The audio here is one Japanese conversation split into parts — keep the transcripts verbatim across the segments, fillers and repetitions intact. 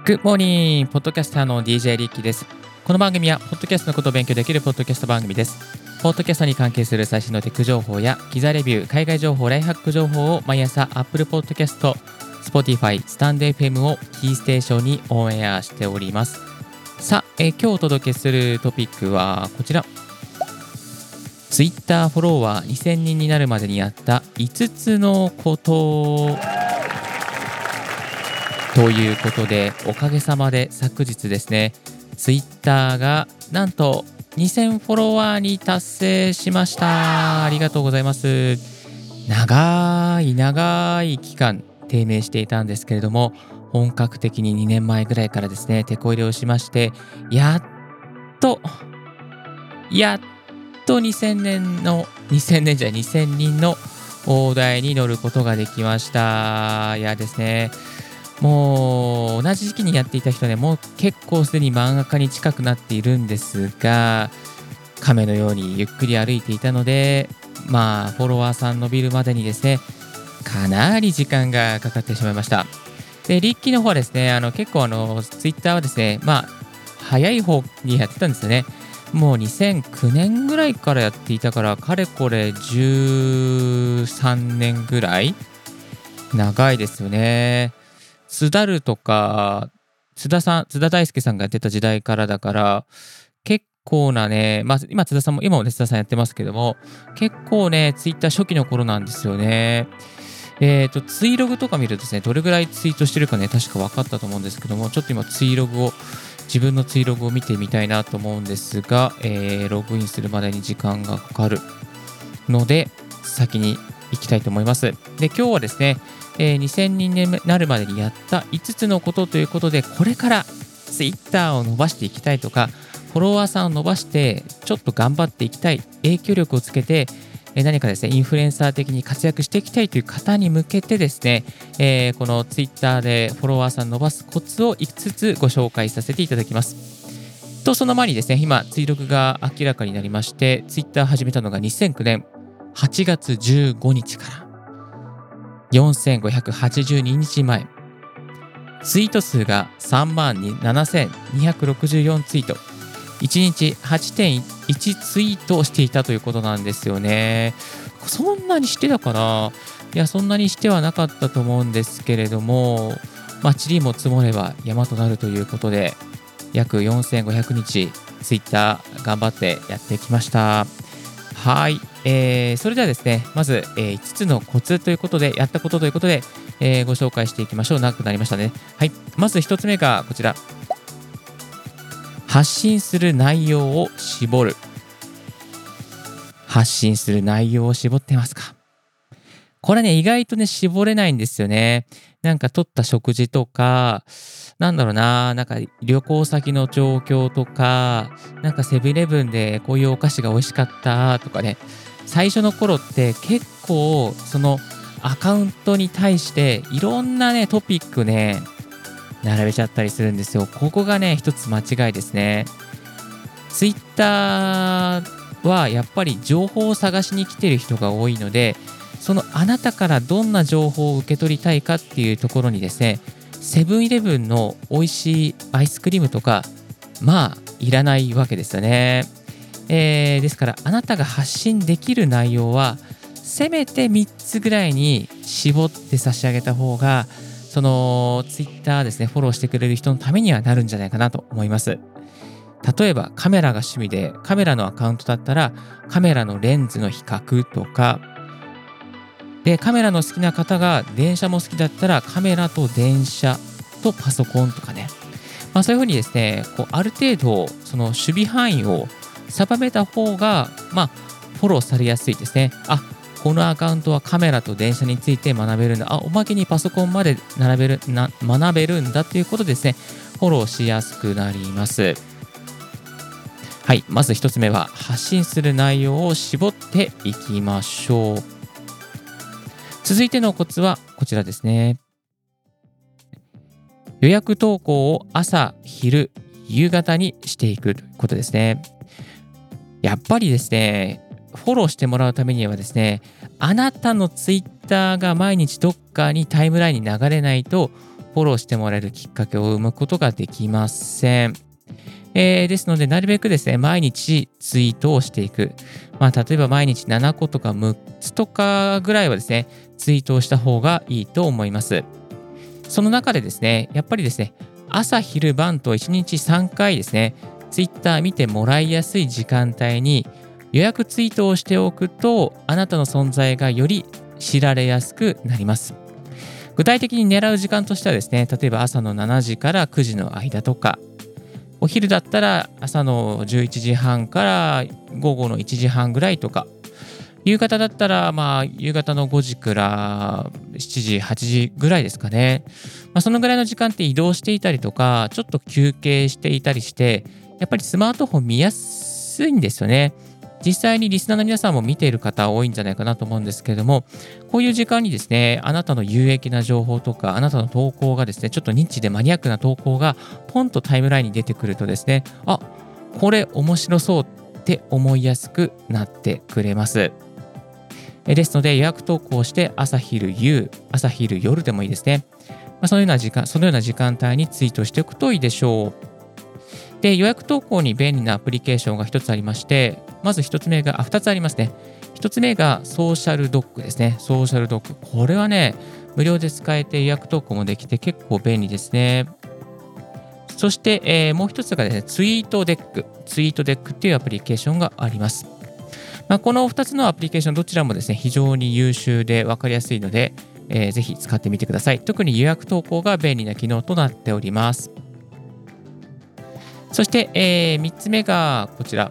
グッモーニングポッドキャスターの ディージェー リッキーです。この番組はポッドキャストのことを勉強できるポッドキャスト番組です。ポッドキャストに関係する最新のテック情報や機材レビュー、海外情報、ライフハック情報を毎朝 Apple Podcast、Spotify、スタンド エフエム をキーステーションにオンエアしております。さあ、えー今日お届けするトピックはこちら。Twitter フォロワーにせんにんになるまでにやったいつつのことということで、おかげさまで昨日ですね、Twitter がなんとにせんフォロワーに達成しました。ありがとうございます。長い長い期間低迷していたんですけれども、本格的ににねんまえぐらいからですね、手こ入れをしまして、やっと、やっとにせんねんの、にせんねんじゃにせんにんの大台に乗ることができました。いやですね、もう同じ時期にやっていた人ね、もう結構すでに漫画家に近くなっているんですが、亀のようにゆっくり歩いていたので、まあフォロワーさん伸びるまでにですね、かなり時間がかかってしまいました。で、リッキーの方はですね、あの結構あのツイッターはですね、まあ早い方にやってたんですよね。もうにせんきゅうねんぐらいからやっていたから、かれこれじゅうさんねんぐらい長いですよね。津田るとか、津田さん、津田大介さんがやってた時代からだから、結構なね、まあ、今津田さんも、今もね津田さんやってますけども、結構ね、ツイッター初期の頃なんですよね。えっと、ツイログとか見るとですね、どれぐらいツイートしてるかね、確か分かったと思うんですけども、ちょっと今ツイログを、自分のツイログを見てみたいなと思うんですが、えーログインするまでに時間がかかるので、先に行きたいと思います。で、今日はですね、えーにせんにんになるまでにやったいつつのことということで、これから Twitter を伸ばしていきたいとか、フォロワーさんを伸ばしてちょっと頑張っていきたい、影響力をつけて、えー何かですね、インフルエンサー的に活躍していきたいという方に向けてですね、えーこの Twitter でフォロワーさん伸ばすコツをいつつご紹介させていただきます。と、その前にですね、今、追録が明らかになりまして、Twitter 始めたのがにせんきゅうねんはちがつじゅうごにちから。よんせんごひゃくはちじゅうににちまえ、ツイート数がさんまんななせんにひゃくろくじゅうよんツイート、いちにち はちてんいち ツイートをしていたということなんですよね。そんなにしてたかな。いや、そんなにしてはなかったと思うんですけれども、まあ、塵も積もれば山となるということで、約よんせんごひゃくにちツイッター頑張ってやってきました。はい、えーそれではですね、まず、えーいつつのコツということで、やったことということで、えーご紹介していきましょう。長くなりましたね。はい、まずひとつめがこちら。発信する内容を絞る。発信する内容を絞ってますか？これね、意外とね、絞れないんですよね。なんか取った食事とか、なんだろうな、なんか旅行先の状況とか、なんかセブンイレブンでこういうお菓子が美味しかったとかね、最初の頃って結構そのアカウントに対していろんなね、トピックね、並べちゃったりするんですよ。ここがね、一つ間違いですね。ツイッターはやっぱり情報を探しに来てる人が多いので、そのあなたからどんな情報を受け取りたいかっていうところにですね、セブンイレブンの美味しいアイスクリームとか、まあ、いらないわけですよね。えーですから、あなたが発信できる内容は、せめてみっつぐらいに絞って差し上げた方が、そのツイッターですね、フォローしてくれる人のためにはなるんじゃないかなと思います。例えば、カメラが趣味で、カメラのアカウントだったら、カメラのレンズの比較とか、で、カメラの好きな方が電車も好きだったら、カメラと電車とパソコンとかね。まあ、そういうふうにですね、こうある程度、その守備範囲を定めた方が、まあ、フォローされやすいですね。あ、このアカウントはカメラと電車について学べるんだ。あ、おまけにパソコンまで並べるな学べるんだということでですね、フォローしやすくなります。はい、まず一つ目は発信する内容を絞っていきましょう。続いてのコツはこちらですね。予約投稿を朝、昼、夕方にしていくということですね。やっぱりですね、フォローしてもらうためにはですね、あなたのツイッターが毎日どっかにタイムラインに流れないと、フフォローしてもらえるきっかけを生むことができません。えーですので、なるべくですね、毎日ツイートをしていく。まあ、例えば毎日ななことかむっつとかぐらいはですね、ツイートをした方がいいと思います。その中でですね、やっぱりですね、朝昼晩といちにちさんかいですね、ツイッター見てもらいやすい時間帯に予約ツイートをしておくと、あなたの存在がより知られやすくなります。具体的に狙う時間としてはですね、例えば朝のしちじからくじの間とか、お昼だったら朝のじゅういちじはんから午後のいちじはんぐらいとか、夕方だったらまあ夕方のごじからしちじ、はちじぐらいですかね。まあ、そのぐらいの時間って移動していたりとか、ちょっと休憩していたりして、やっぱりスマートフォン見やすいんですよね。実際にリスナーの皆さんも見ている方多いんじゃないかなと思うんですけれども、こういう時間にですね、あなたの有益な情報とか、あなたの投稿がですね、ちょっとニッチでマニアックな投稿がポンとタイムラインに出てくるとですね、あ、これ面白そうって思いやすくなってくれます。えですので、予約投稿して朝昼夕、朝昼夜でもいいですね。まあ、そのような時間、そのような時間帯にツイートしておくといいでしょう。で、予約投稿に便利なアプリケーションがひとつありまして、まずひとつめが、あ、ふたつありますね。ひとつめがソーシャルドッグですね。ソーシャルドッグ。これはね、無料で使えて予約投稿もできて結構便利ですね。そして、えーもう一つがですね、ツイートデック。ツイートデックっていうアプリケーションがあります。まあ、このふたつのアプリケーションどちらもですね、非常に優秀で分かりやすいので、えーぜひ使ってみてください。特に予約投稿が便利な機能となっております。そして、えー、みっつめがこちら。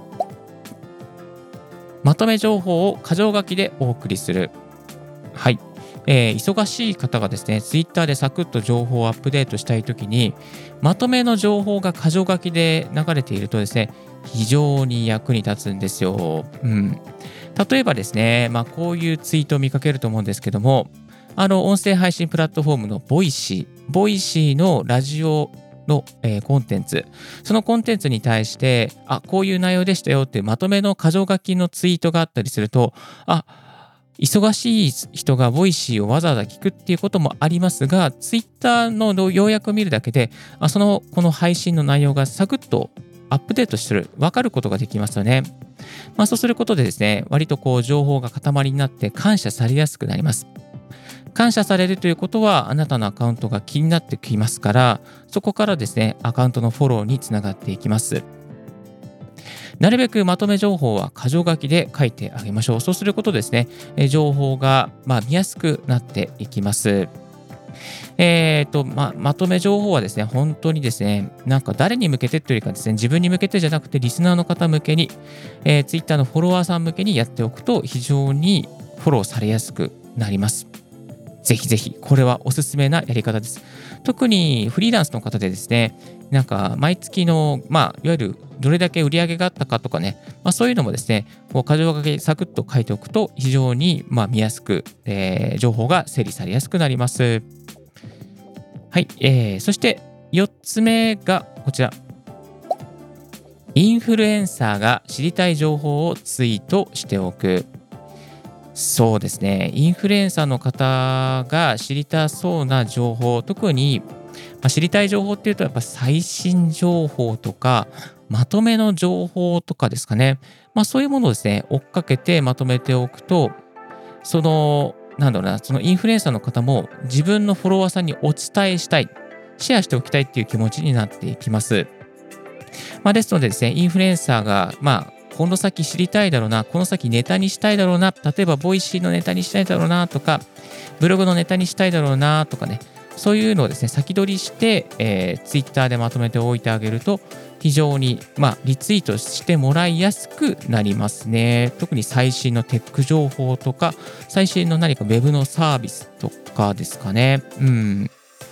まとめ情報を箇条書きでお送りする。はい。えー忙しい方がですね、ツイッターでサクッと情報をアップデートしたいときに、まとめの情報が箇条書きで流れているとですね、非常に役に立つんですよ。うん。例えばですね、まあ、こういうツイートを見かけると思うんですけども、あの、音声配信プラットフォームのボイシー、ボイシーのラジオの、えーコンテンツ、そのコンテンツに対して、あ、こういう内容でしたよっていうまとめの箇条書きのツイートがあったりすると、あ、忙しい人がボイシーをわざわざ聞くっていうこともありますが、ツイッターの要約を見るだけで、あその、この配信の内容がサクッとアップデートする、分かることができますよね。まあ、そうすることでですね、割とこう情報が塊になって感謝されやすくなります。感謝されるということは、あなたのアカウントが気になってきますから、そこからですね、アカウントのフォローにつながっていきます。なるべくまとめ情報は箇条書きで書いてあげましょう。そうすることですね、え情報が、まあ、見やすくなっていきます。えーと、ままとめ情報はですね、本当にですね、なんか誰に向けてというよりかですね、自分に向けてじゃなくて、リスナーの方向けに、えー、Twitter のフォロワーさん向けにやっておくと、非常にフォローされやすくなります。ぜひぜひ、これはおすすめなやり方です。特にフリーランスの方でですね、なんか毎月の、まあ、いわゆるどれだけ売り上げがあったかとかね、まあ、そういうのもですね、こう箇条書きサクッと書いておくと、非常にまあ見やすく、えー情報が整理されやすくなります。はい、えー、そしてよっつめがこちら。インフルエンサーが知りたい情報をツイートしておく。そうですね。インフルエンサーの方が知りたそうな情報、特に、まあ、知りたい情報っていうと、やっぱ最新情報とか、まとめの情報とかですかね。まあそういうものをですね、追っかけてまとめておくと、その、なんだろうな、そのインフルエンサーの方も自分のフォロワーさんにお伝えしたい、シェアしておきたいっていう気持ちになっていきます。まあ、ですのでですね、インフルエンサーが、まあ、この先知りたいだろうな、この先ネタにしたいだろうな、例えば、ボイシーのネタにしたいだろうなとか、ブログのネタにしたいだろうなとかね、そういうのをですね、先取りして、えー、ツイッターでまとめておいてあげると、非常に、まあ、リツイートしてもらいやすくなりますね。特に最新のテック情報とか、最新の何かウェブのサービスとかですかね。うん。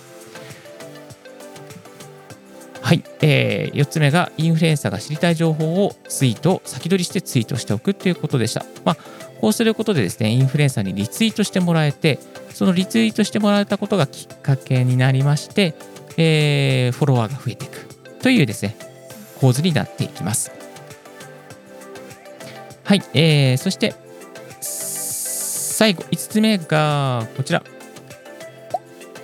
はい、えー、よっつめがインフルエンサーが知りたい情報をツイート、先取りしてツイートしておくということでした。まあ、こうすることでですね、インフルエンサーにリツイートしてもらえて、そのリツイートしてもらえたことがきっかけになりまして、えー、フォロワーが増えていくというですね、構図になっていきます。はい、えー、そして、最後、いつつめがこちら。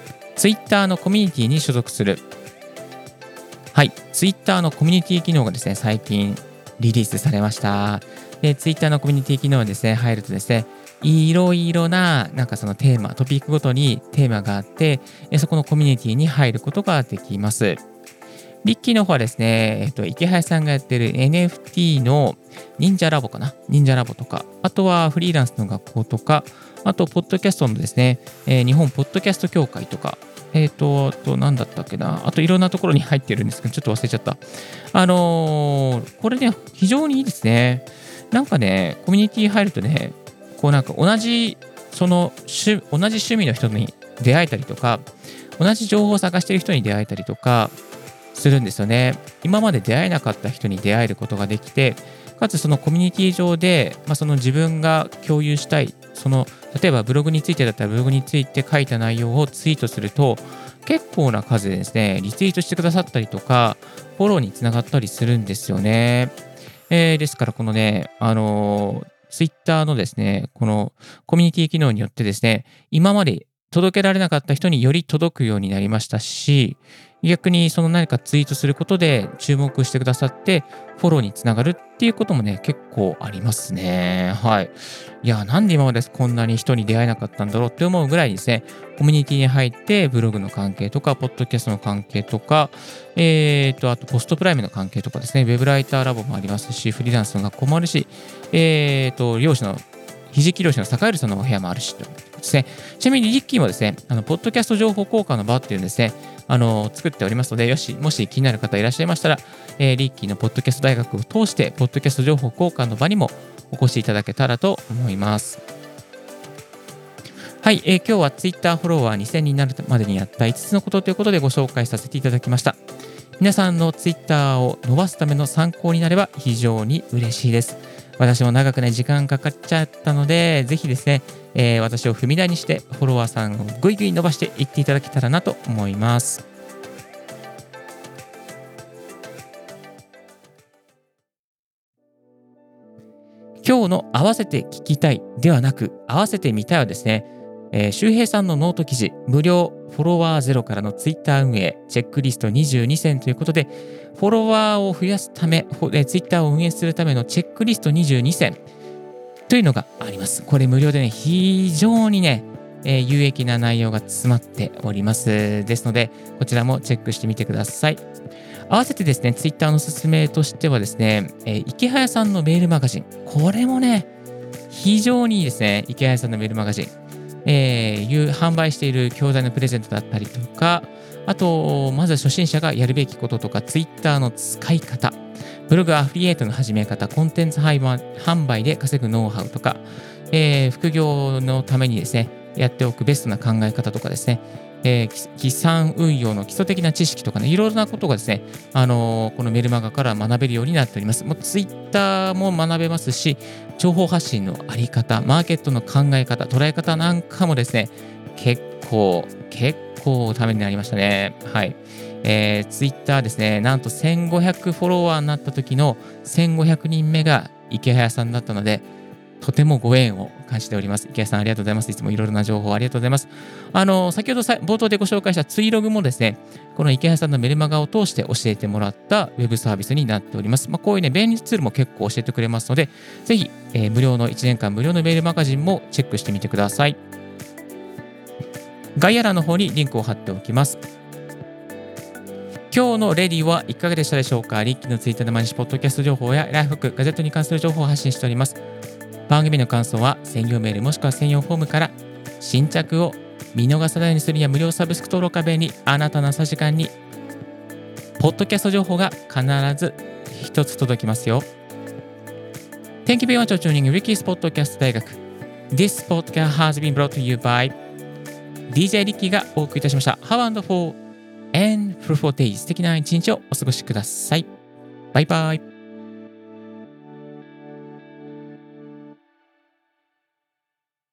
Twitter のコミュニティに所属する。はい、Twitter のコミュニティ機能がですね、最近リリースされました。で、Twitter のコミュニティ機能にですね、入るとですね、いろいろな、なんかそのテーマ、トピックごとにテーマがあって、そこのコミュニティに入ることができます。リッキーの方はですね、えっと、池原さんがやってる エヌエフティー の忍者ラボかな忍者ラボとか、あとはフリーランスの学校とか、あと、ポッドキャストのですね、えー日本ポッドキャスト協会とか、えっ、と、あと、なんだったっけな、あといろんなところに入ってるんですけど、ちょっと忘れちゃった。あのーこれね、非常にいいですね。なんかね、コミュニティ入るとね、こうなんか同じ、その趣、同じ趣味の人に出会えたりとか、同じ情報を探している人に出会えたりとかするんですよね。今まで出会えなかった人に出会えることができて、かつそのコミュニティ上で、まあ、その自分が共有したい、その例えばブログについてだったらブログについて書いた内容をツイートすると、結構な数でですね、リツイートしてくださったりとか、フォローにつながったりするんですよね。えーですから、このね、あのー、Twitter のですね、このコミュニティ機能によってですね、今まで届けられなかった人により届くようになりましたし、逆にその何かツイートすることで注目してくださって、フォローにつながるっていうこともね、結構ありますね。はい。いや、なんで今までこんなに人に出会えなかったんだろうって思うぐらいですね、コミュニティに入って、ブログの関係とか、ポッドキャストの関係とか、えーと、あとポストプライムの関係とかですね、ウェブライターラボもありますし、フリーランスの学校もあるし、えーと、漁師の、ひじき漁師の坂入さんのお部屋もあるしということですね。ちなみにリッキーもですね、あの、ポッドキャスト情報交換の場っていうんですね、あの、作っておりますので、よし、もし気になる方いらっしゃいましたら、えーリッキーのポッドキャスト大学を通して、ポッドキャスト情報交換の場にもお越しいただけたらと思います。はい、えー今日は Twitter フォロワーにせんにんになるまでにやったいつつのことということでご紹介させていただきました。皆さんの Twitter を伸ばすための参考になれば非常に嬉しいです。私も長くね、時間かかっちゃったので、ぜひですね、えー私を踏み台にしてフォロワーさんをぐいぐい伸ばしていっていただけたらなと思います。今日の合わせて聞きたいではなく、合わせてみたいはですね、えー周平さんのノート記事、無料フォロワーゼロからのツイッター運営、チェックリストにじゅうにせんということで、フォロワーを増やすため、ほえーツイッターを運営するためのチェックリストにじゅうにせんというのがあります。これ無料でね、非常にね、えー有益な内容が詰まっております。ですので、こちらもチェックしてみてください。合わせてですね、ツイッターのおすすめとしてはですね、えー池早さんのメールマガジン。これもね、非常にいいですね。池早さんのメールマガジン。えーいう販売している教材のプレゼントだったりとか、あと、まずは初心者がやるべきこととか、ツイッターの使い方、ブログアフィリエイトの始め方、コンテンツ販売販売で稼ぐノウハウとか、えー副業のためにですね、やっておくベストな考え方とかですね、えーき資産運用の基礎的な知識とかね、いろいろなことがですね、あのーこのメルマガから学べるようになっております。もうツイッターも学べますし、情報発信のあり方、マーケットの考え方、捉え方なんかもですね、結構、結構ためになりましたね。はい。えー、ツイッターですね、なんとせんごひゃくフォロワーになった時のせんごひゃくにんめが池早さんだったので、とてもご縁を感じております。池谷さん、ありがとうございます。いつもいろいろな情報ありがとうございます。あの、先ほどさ冒頭でご紹介したツイログもですね、この池谷さんのメルマガを通して教えてもらったウェブサービスになっております。まあ、こういうね、便利ツールも結構教えてくれますので、ぜひ、えー無料のいちねんかん無料のメールマガジンもチェックしてみてください。概要欄の方にリンクを貼っておきます。今日のレディはいかがでしたでしょうか。リッキーのツイッターで毎日ポッドキャスト情報やライフハック、ガジェットに関する情報を発信しております。番組の感想は専用メールもしくは専用フォームから、新着を見逃さないようにするには無料サブスク登録が便利。あなたの朝時間にポッドキャスト情報が必ず一つ届きますよ。Thank you very much for tuning in Ricky's Podcast 大学。This podcast has been brought to you by ディージェー リッキーがお送りいたしました。Have a wonderful and fruitful day。素敵な一日をお過ごしください。バイバイ。